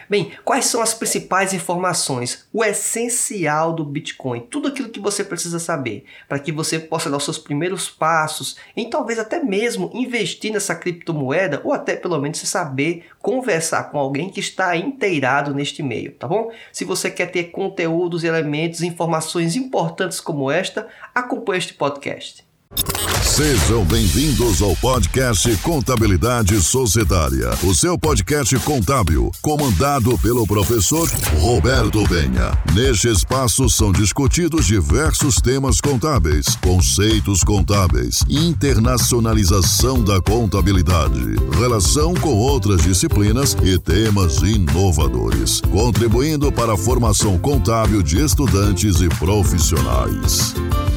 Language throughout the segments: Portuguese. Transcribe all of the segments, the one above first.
Bem, quais são as principais informações? O essencial do Bitcoin, tudo aquilo que você precisa saber para que você possa dar os seus primeiros passos em talvez até mesmo investir nessa criptomoeda ou até pelo menos saber conversar com alguém que está inteirado neste meio, tá bom? Se você quer ter conteúdos, elementos, informações importantes como esta, acompanhe este podcast. Sejam bem-vindos ao podcast Contabilidade Societária, o seu podcast contábil, comandado pelo professor Roberto Penha. Neste espaço são discutidos diversos temas contábeis, conceitos contábeis, internacionalização da contabilidade, relação com outras disciplinas e temas inovadores, contribuindo para a formação contábil de estudantes e profissionais.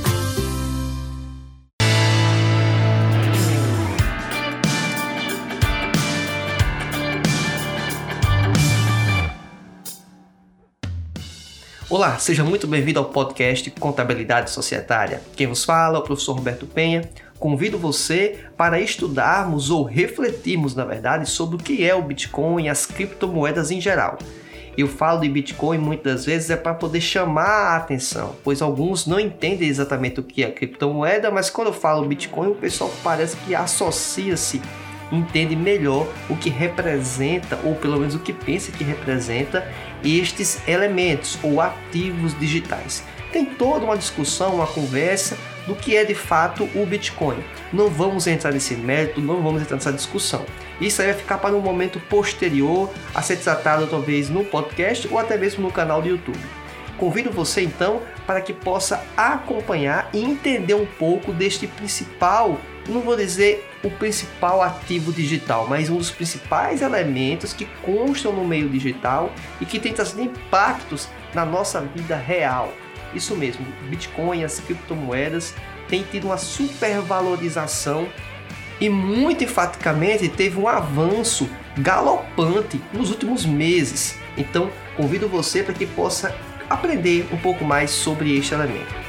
Olá, seja muito bem-vindo ao podcast Contabilidade Societária. Quem vos fala é o professor Roberto Penha. Convido você para estudarmos ou refletirmos, na verdade, sobre o que é o Bitcoin e as criptomoedas em geral. Eu falo de Bitcoin muitas vezes para poder chamar a atenção, pois alguns não entendem exatamente o que é criptomoeda, mas quando eu falo Bitcoin, o pessoal parece que associa-se, entende melhor o que representa, ou pelo menos o que pensa que representa estes elementos ou ativos digitais. Tem toda uma discussão, uma conversa do que é de fato o Bitcoin. Não vamos entrar nesse mérito, não vamos entrar nessa discussão. Isso aí vai ficar para um momento posterior a ser tratado talvez no podcast ou até mesmo no canal do YouTube. Convido você então para que possa acompanhar e entender um pouco deste principal, não vou dizer o principal ativo digital, mas um dos principais elementos que constam no meio digital e que tem trazido impactos na nossa vida real. Isso mesmo, Bitcoin e as criptomoedas têm tido uma supervalorização e muito enfaticamente teve um avanço galopante nos últimos meses. Então, convido você para que possa aprender um pouco mais sobre este elemento.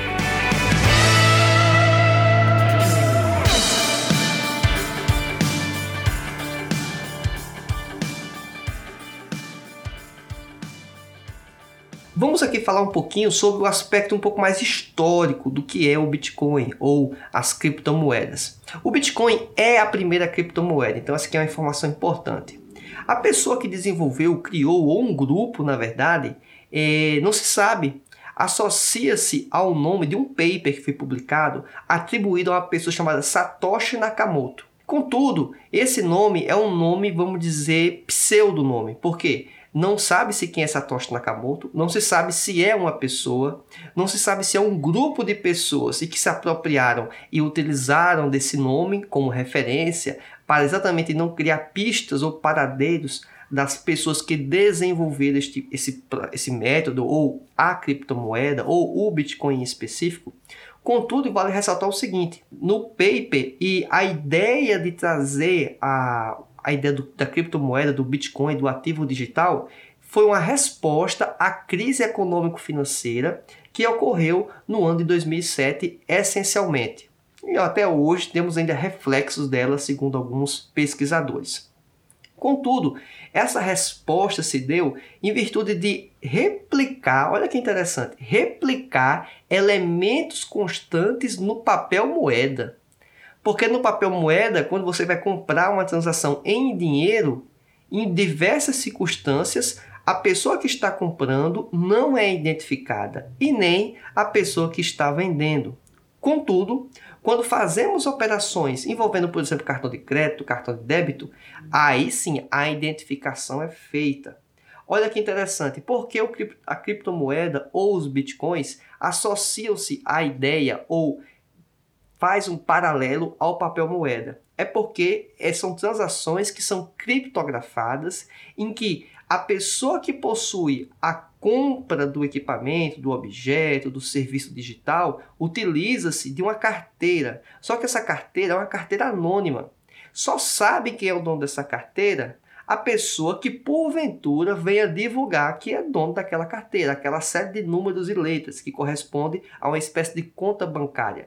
Vamos aqui falar um pouquinho sobre o aspecto um pouco mais histórico do que é o Bitcoin ou as criptomoedas. O Bitcoin é a primeira criptomoeda, então essa aqui é uma informação importante. A pessoa que desenvolveu, criou, ou um grupo, na verdade, não se sabe, associa-se ao nome de um paper que foi publicado, atribuído a uma pessoa chamada Satoshi Nakamoto. Contudo, esse nome é um nome, vamos dizer, pseudonome. Por quê? Não sabe-se quem é Satoshi Nakamoto, não se sabe se é uma pessoa, não se sabe se é um grupo de pessoas e que se apropriaram e utilizaram desse nome como referência para exatamente não criar pistas ou paradeiros das pessoas que desenvolveram esse método ou a criptomoeda ou o Bitcoin em específico. Contudo, vale ressaltar o seguinte, no paper e a ideia de trazer a ideia da criptomoeda, do Bitcoin, do ativo digital, foi uma resposta à crise econômico-financeira que ocorreu no ano de 2007, essencialmente. E até hoje temos ainda reflexos dela, segundo alguns pesquisadores. Contudo, essa resposta se deu em virtude de replicar, olha que interessante, replicar elementos constantes no papel moeda. Porque no papel moeda, quando você vai comprar uma transação em dinheiro, em diversas circunstâncias, a pessoa que está comprando não é identificada e nem a pessoa que está vendendo. Contudo, quando fazemos operações envolvendo, por exemplo, cartão de crédito, cartão de débito, aí sim a identificação é feita. Olha que interessante, porque a criptomoeda ou os bitcoins associam-se à ideia ou faz um paralelo ao papel moeda. É porque são transações que são criptografadas, em que a pessoa que possui a compra do equipamento, do objeto, do serviço digital, utiliza-se de uma carteira. Só que essa carteira é uma carteira anônima. Só sabe quem é o dono dessa carteira a pessoa que porventura venha divulgar que é dono daquela carteira, aquela série de números e letras que corresponde a uma espécie de conta bancária.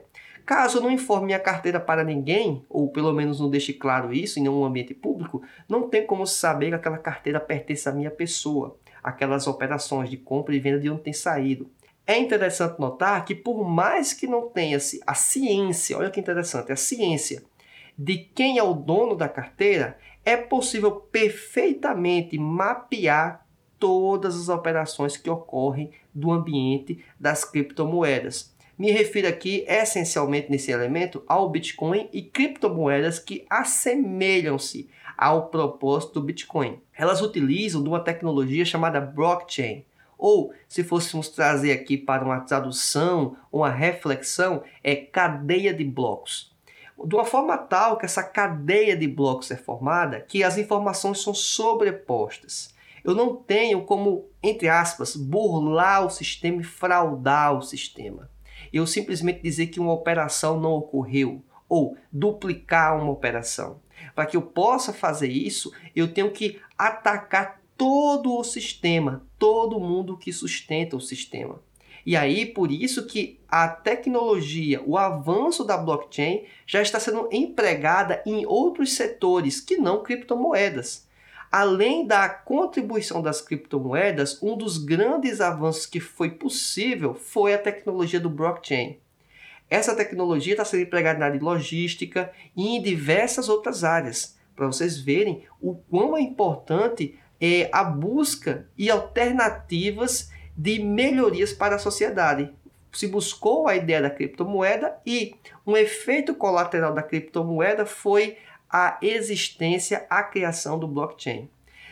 Caso eu não informe minha carteira para ninguém, ou pelo menos não deixe claro isso em nenhum ambiente público, não tem como saber que aquela carteira pertence à minha pessoa, aquelas operações de compra e venda de onde tem saído. É interessante notar que por mais que não tenha-se a ciência, olha que interessante, a ciência de quem é o dono da carteira, é possível perfeitamente mapear todas as operações que ocorrem do ambiente das criptomoedas. Me refiro aqui essencialmente nesse elemento ao Bitcoin e criptomoedas que assemelham-se ao propósito do Bitcoin. Elas utilizam de uma tecnologia chamada blockchain, ou se fôssemos trazer aqui para uma tradução, uma reflexão, é cadeia de blocos. De uma forma tal que essa cadeia de blocos é formada, que as informações são sobrepostas. Eu não tenho como, entre aspas, burlar o sistema e fraudar o sistema. Eu simplesmente dizer que uma operação não ocorreu ou duplicar uma operação. Para que eu possa fazer isso, eu tenho que atacar todo o sistema, todo mundo que sustenta o sistema. E aí, por isso que a tecnologia, o avanço da blockchain já está sendo empregada em outros setores que não criptomoedas. Além da contribuição das criptomoedas, um dos grandes avanços que foi possível foi a tecnologia do blockchain. Essa tecnologia está sendo empregada na área de logística e em diversas outras áreas, para vocês verem o quão é importante a busca e alternativas de melhorias para a sociedade. Se buscou a ideia da criptomoeda e um efeito colateral da criptomoeda foi a existência, a criação do blockchain.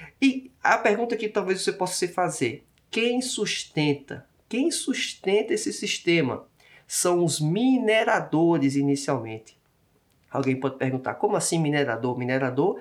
E a pergunta que talvez você possa se fazer: quem sustenta? Quem sustenta esse sistema? São os mineradores inicialmente. Alguém pode perguntar, como assim minerador? Minerador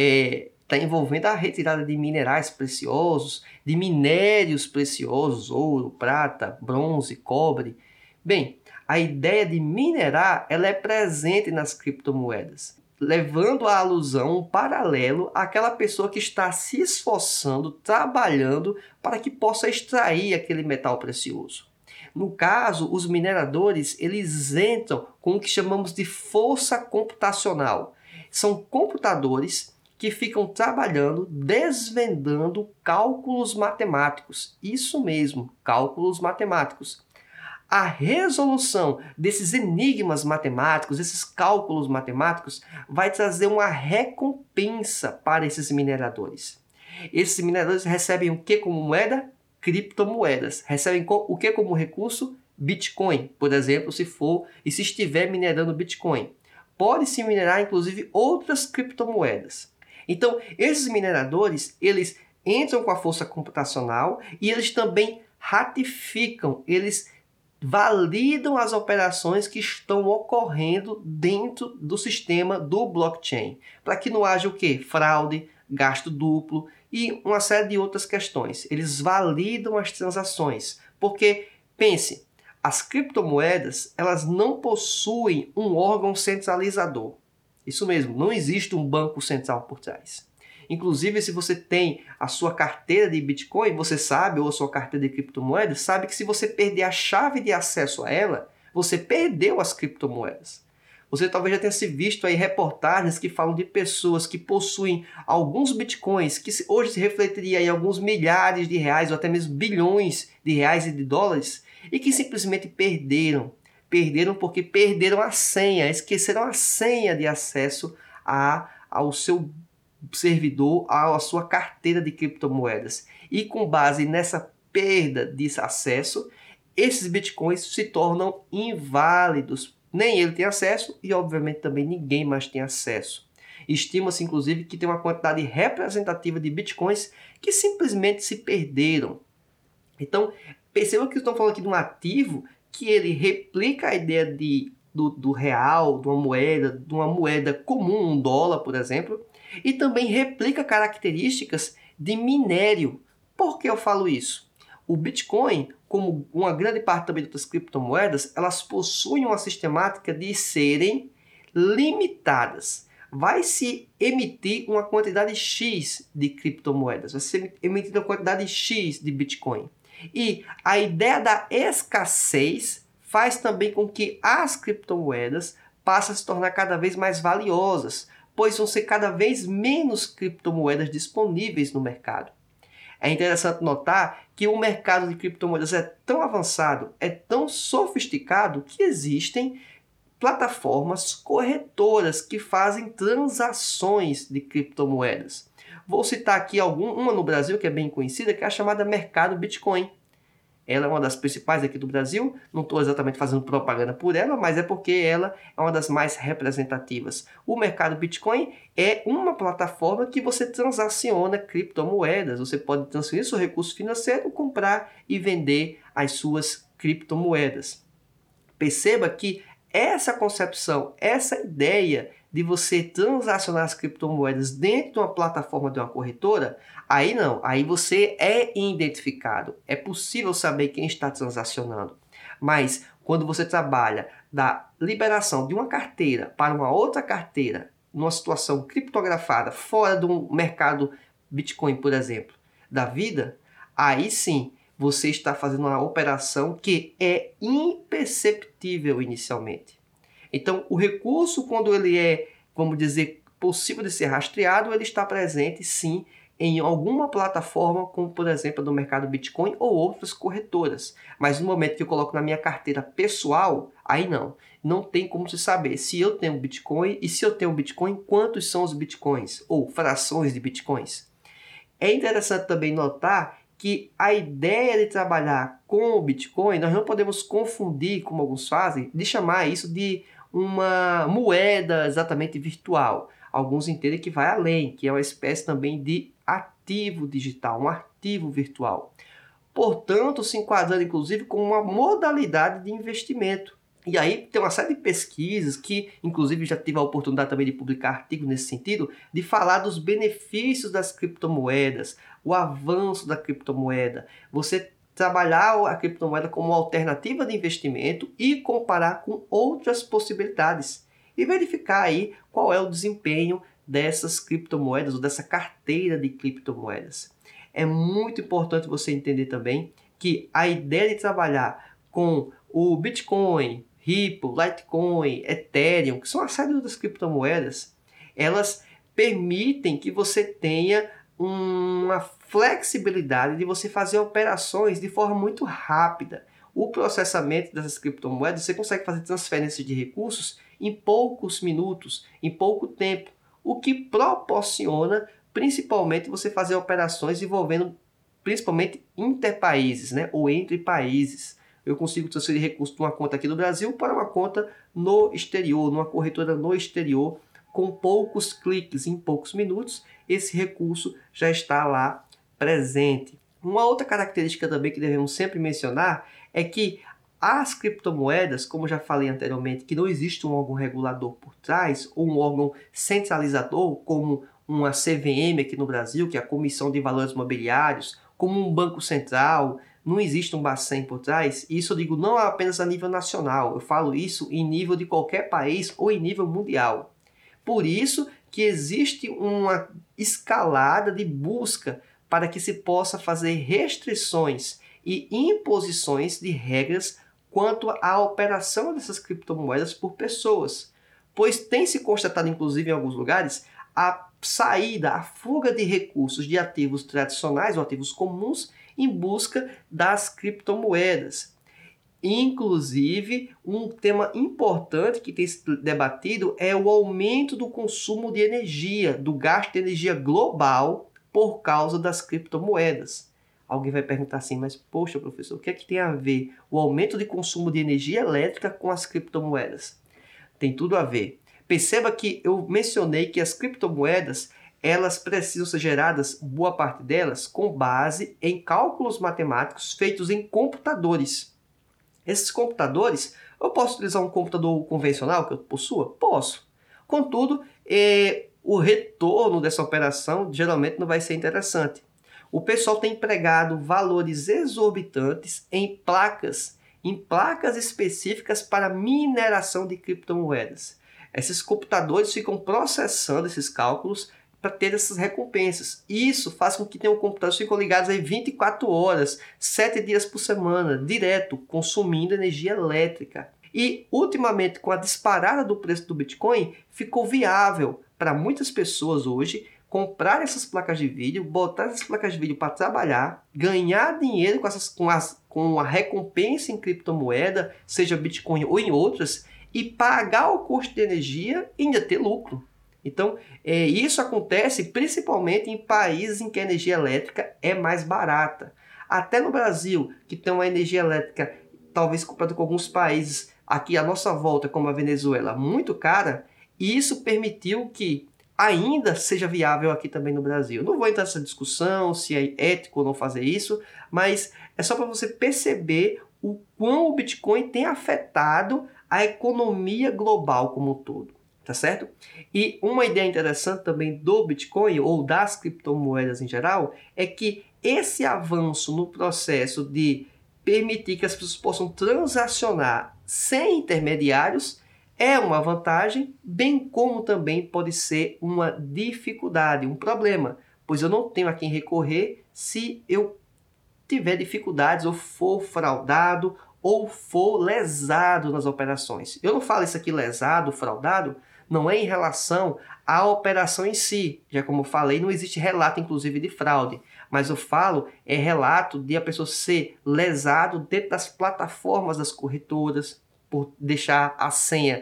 está envolvendo a retirada de minerais preciosos, de minérios preciosos, ouro, prata, bronze, cobre. Bem, a ideia de minerar ela é presente nas criptomoedas, levando à alusão um paralelo àquela pessoa que está se esforçando, trabalhando para que possa extrair aquele metal precioso. No caso, os mineradores eles entram com o que chamamos de força computacional. São computadores que ficam trabalhando, desvendando cálculos matemáticos. Isso mesmo, cálculos matemáticos. A resolução desses enigmas matemáticos, esses cálculos matemáticos, vai trazer uma recompensa para esses mineradores. Esses mineradores recebem o que como moeda? Criptomoedas. Recebem o que como recurso? Bitcoin, por exemplo, se estiver minerando Bitcoin. Pode-se minerar, inclusive, outras criptomoedas. Então, esses mineradores, eles entram com a força computacional e eles também ratificam, eles validam as operações que estão ocorrendo dentro do sistema do blockchain, para que não haja o quê? Fraude, gasto duplo e uma série de outras questões. Eles validam as transações, porque, pense, as criptomoedas, elas não possuem um órgão centralizador. Isso mesmo, não existe um banco central por trás. Inclusive, se você tem a sua carteira de Bitcoin, você sabe, ou a sua carteira de criptomoedas, sabe que se você perder a chave de acesso a ela, você perdeu as criptomoedas. Você talvez já tenha se visto aí reportagens que falam de pessoas que possuem alguns Bitcoins, que hoje se refletiria em alguns milhares de reais ou até mesmo bilhões de reais e de dólares, e que simplesmente perderam. Perderam porque perderam a senha, esqueceram a senha de acesso ao seu servidor, à sua carteira de criptomoedas. E com base nessa perda de acesso, esses bitcoins se tornam inválidos. Nem ele tem acesso e, obviamente, também ninguém mais tem acesso. Estima-se, inclusive, que tem uma quantidade representativa de bitcoins que simplesmente se perderam. Então, perceba que estamos falando aqui de um ativo que ele replica a ideia do real, de uma moeda comum, um dólar, por exemplo, e também replica características de minério. Por que eu falo isso? O Bitcoin, como uma grande parte também das criptomoedas, elas possuem uma sistemática de serem limitadas. Vai se emitir uma quantidade X de criptomoedas, vai ser emitida uma quantidade X de Bitcoin. E a ideia da escassez faz também com que as criptomoedas passem a se tornar cada vez mais valiosas, pois vão ser cada vez menos criptomoedas disponíveis no mercado. É interessante notar que o mercado de criptomoedas é tão avançado, é tão sofisticado, que existem plataformas corretoras que fazem transações de criptomoedas. Vou citar aqui uma no Brasil que é bem conhecida, que é a chamada Mercado Bitcoin. Ela é uma das principais aqui do Brasil, não estou exatamente fazendo propaganda por ela, mas é porque ela é uma das mais representativas. O mercado Bitcoin é uma plataforma que você transaciona criptomoedas, você pode transferir seu recurso financeiro, comprar e vender as suas criptomoedas. Perceba que essa concepção, essa ideia de você transacionar as criptomoedas dentro de uma plataforma de uma corretora, aí não, aí você é identificado, é possível saber quem está transacionando. Mas quando você trabalha da liberação de uma carteira para uma outra carteira, numa situação criptografada, fora do mercado Bitcoin, por exemplo, da vida, aí sim, você está fazendo uma operação que é imperceptível inicialmente. Então, o recurso, quando ele é, vamos dizer, possível de ser rastreado, ele está presente, sim, em alguma plataforma, como, por exemplo, do mercado Bitcoin ou outras corretoras. Mas no momento que eu coloco na minha carteira pessoal, aí não tem como se saber se eu tenho Bitcoin e se eu tenho Bitcoin, quantos são os Bitcoins ou frações de Bitcoins. É interessante também notar que a ideia de trabalhar com o Bitcoin, nós não podemos confundir, como alguns fazem, de chamar isso de uma moeda exatamente virtual. Alguns entendem que vai além, que é uma espécie também de ativo digital, um ativo virtual. Portanto, se enquadrando inclusive como uma modalidade de investimento. E aí tem uma série de pesquisas que, inclusive, já tive a oportunidade também de publicar artigos nesse sentido, de falar dos benefícios das criptomoedas, o avanço da criptomoeda, você trabalhar a criptomoeda como alternativa de investimento e comparar com outras possibilidades e verificar aí qual é o desempenho dessas criptomoedas ou dessa carteira de criptomoedas. É muito importante você entender também que a ideia de trabalhar com o Bitcoin, Ripple, Litecoin, Ethereum, que são uma série de outras criptomoedas, elas permitem que você tenha uma flexibilidade de você fazer operações de forma muito rápida. O processamento dessas criptomoedas, você consegue fazer transferências de recursos em poucos minutos, em pouco tempo, o que proporciona principalmente você fazer operações envolvendo principalmente interpaíses, né? Ou entre países. Eu consigo transferir recursos de uma conta aqui do Brasil para uma conta no exterior, numa corretora no exterior, com poucos cliques, em poucos minutos, esse recurso já está lá presente. Uma outra característica também que devemos sempre mencionar é que as criptomoedas, como já falei anteriormente, que não existe um órgão regulador por trás, ou um órgão centralizador, como uma CVM aqui no Brasil, que é a Comissão de Valores Mobiliários, como um banco central, não existe um Bacen por trás. Isso eu digo não apenas a nível nacional, eu falo isso em nível de qualquer país ou em nível mundial. Por isso que existe uma escalada de busca para que se possa fazer restrições e imposições de regras quanto à operação dessas criptomoedas por pessoas, pois tem se constatado, inclusive em alguns lugares, a saída, a fuga de recursos de ativos tradicionais ou ativos comuns em busca das criptomoedas. Inclusive, um tema importante que tem sido debatido é o aumento do consumo de energia, do gasto de energia global por causa das criptomoedas. Alguém vai perguntar assim, mas poxa, professor, o que é que tem a ver o aumento de consumo de energia elétrica com as criptomoedas? Tem tudo a ver. Perceba que eu mencionei que as criptomoedas, elas precisam ser geradas, boa parte delas, com base em cálculos matemáticos feitos em computadores. Esses computadores, eu posso utilizar um computador convencional que eu possua? Posso. Contudo, o retorno dessa operação geralmente não vai ser interessante. O pessoal tem empregado valores exorbitantes em placas específicas para mineração de criptomoedas. Esses computadores ficam processando esses cálculos para ter essas recompensas. Isso faz com que tenham computadores que ficam ligados aí 24 horas, 7 dias por semana, direto, consumindo energia elétrica. E, ultimamente, com a disparada do preço do Bitcoin, ficou viável para muitas pessoas hoje comprar essas placas de vídeo, botar essas placas de vídeo para trabalhar, ganhar dinheiro com a recompensa em criptomoeda, seja Bitcoin ou em outras, e pagar o custo de energia e ainda ter lucro. Então, isso acontece principalmente em países em que a energia elétrica é mais barata. Até no Brasil, que tem uma energia elétrica, talvez comparado com alguns países aqui à nossa volta, como a Venezuela, muito cara, e isso permitiu que ainda seja viável aqui também no Brasil. Não vou entrar nessa discussão se é ético ou não fazer isso, mas é só para você perceber o quão o Bitcoin tem afetado a economia global como um todo, tá certo? E uma ideia interessante também do Bitcoin ou das criptomoedas em geral é que esse avanço no processo de permitir que as pessoas possam transacionar sem intermediários é uma vantagem, bem como também pode ser uma dificuldade, um problema, pois eu não tenho a quem recorrer se eu tiver dificuldades ou for fraudado ou for lesado nas operações. Eu não falo isso aqui lesado, fraudado, não é em relação à operação em si. Já como eu falei, não existe relato inclusive de fraude, mas eu falo relato de a pessoa ser lesado dentro das plataformas das corretoras, por deixar a senha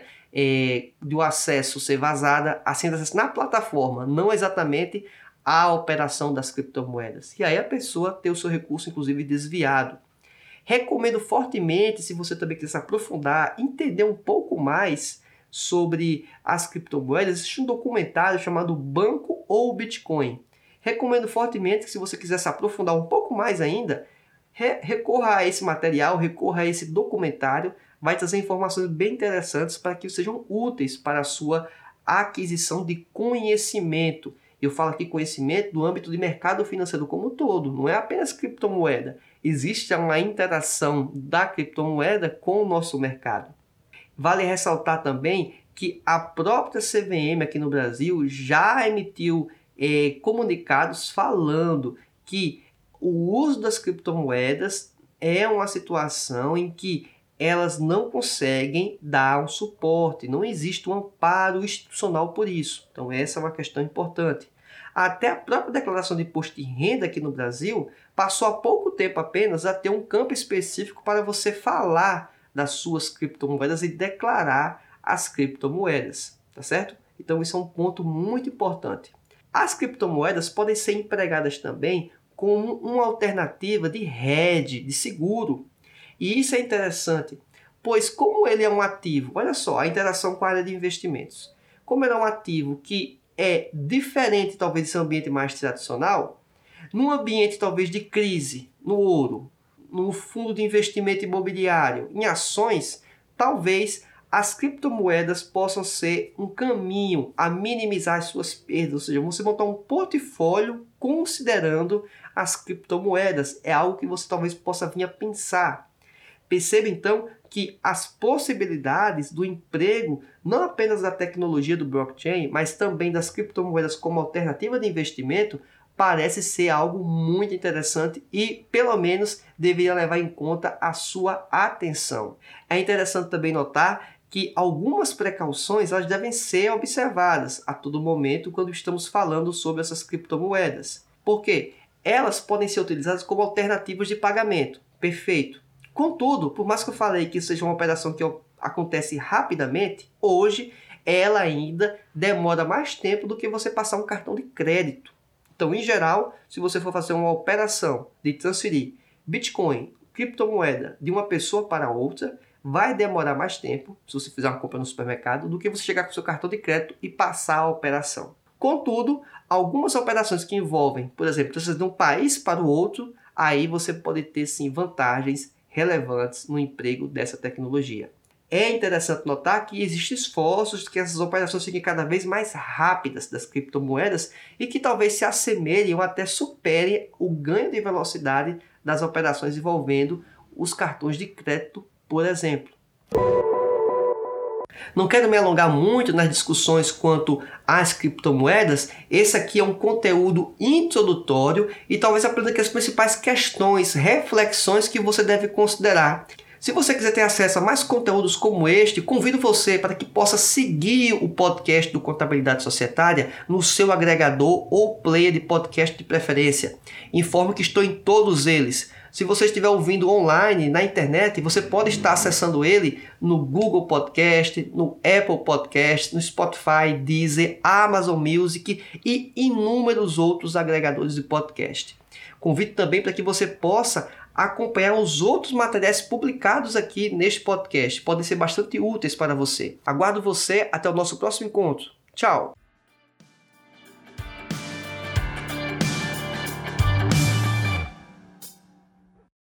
do acesso ser vazada, a senha de acesso na plataforma, não exatamente a operação das criptomoedas. E aí a pessoa ter o seu recurso, inclusive, desviado. Recomendo fortemente, se você também quiser se aprofundar, entender um pouco mais sobre as criptomoedas, existe um documentário chamado Banco ou Bitcoin. Recomendo fortemente que, se você quiser se aprofundar um pouco mais ainda, recorra a esse material, recorra a esse documentário, vai trazer informações bem interessantes para que sejam úteis para a sua aquisição de conhecimento. Eu falo aqui conhecimento do âmbito de mercado financeiro como um todo, não é apenas criptomoeda. Existe uma interação da criptomoeda com o nosso mercado. Vale ressaltar também que a própria CVM aqui no Brasil já emitiu comunicados falando que o uso das criptomoedas é uma situação em que elas não conseguem dar um suporte, não existe um amparo institucional por isso. Então essa é uma questão importante. Até a própria declaração de imposto de renda aqui no Brasil passou há pouco tempo apenas a ter um campo específico para você falar das suas criptomoedas e declarar as criptomoedas, tá certo? Então isso é um ponto muito importante. As criptomoedas podem ser empregadas também como uma alternativa de hedge, de seguro. E isso é interessante, pois como ele é um ativo, olha só, a interação com a área de investimentos. Como ele é um ativo que é diferente talvez desse ambiente mais tradicional, num ambiente talvez de crise, no ouro, no fundo de investimento imobiliário, em ações, talvez as criptomoedas possam ser um caminho a minimizar as suas perdas, ou seja, você montar um portfólio considerando as criptomoedas, é algo que você talvez possa vir a pensar. Perceba então que as possibilidades do emprego, não apenas da tecnologia do blockchain, mas também das criptomoedas como alternativa de investimento, parece ser algo muito interessante e, pelo menos, deveria levar em conta a sua atenção. É interessante também notar que algumas precauções elas devem ser observadas a todo momento quando estamos falando sobre essas criptomoedas. Por quê? Elas podem ser utilizadas como alternativas de pagamento. Perfeito. Contudo, por mais que eu falei que isso seja uma operação que acontece rapidamente, hoje ela ainda demora mais tempo do que você passar um cartão de crédito. Então, em geral, se você for fazer uma operação de transferir Bitcoin, criptomoeda, de uma pessoa para outra, vai demorar mais tempo, se você fizer uma compra no supermercado, do que você chegar com o seu cartão de crédito e passar a operação. Contudo, algumas operações que envolvem, por exemplo, transferir de um país para o outro, aí você pode ter sim vantagens relevantes no emprego dessa tecnologia. É interessante notar que existem esforços de que essas operações fiquem cada vez mais rápidas das criptomoedas e que talvez se assemelhem ou até superem o ganho de velocidade das operações envolvendo os cartões de crédito, por exemplo. Não quero me alongar muito nas discussões quanto às criptomoedas, esse aqui é um conteúdo introdutório e talvez aprenda aqui as principais questões, reflexões que você deve considerar. Se você quiser ter acesso a mais conteúdos como este, convido você para que possa seguir o podcast do Contabilidade Societária no seu agregador ou player de podcast de preferência. Informo que estou em todos eles. Se você estiver ouvindo online, na internet, você pode estar acessando ele no Google Podcast, no Apple Podcast, no Spotify, Deezer, Amazon Music e inúmeros outros agregadores de podcast. Convido também para que você possa acompanhar os outros materiais publicados aqui neste podcast. Podem ser bastante úteis para você. Aguardo você até o nosso próximo encontro. Tchau!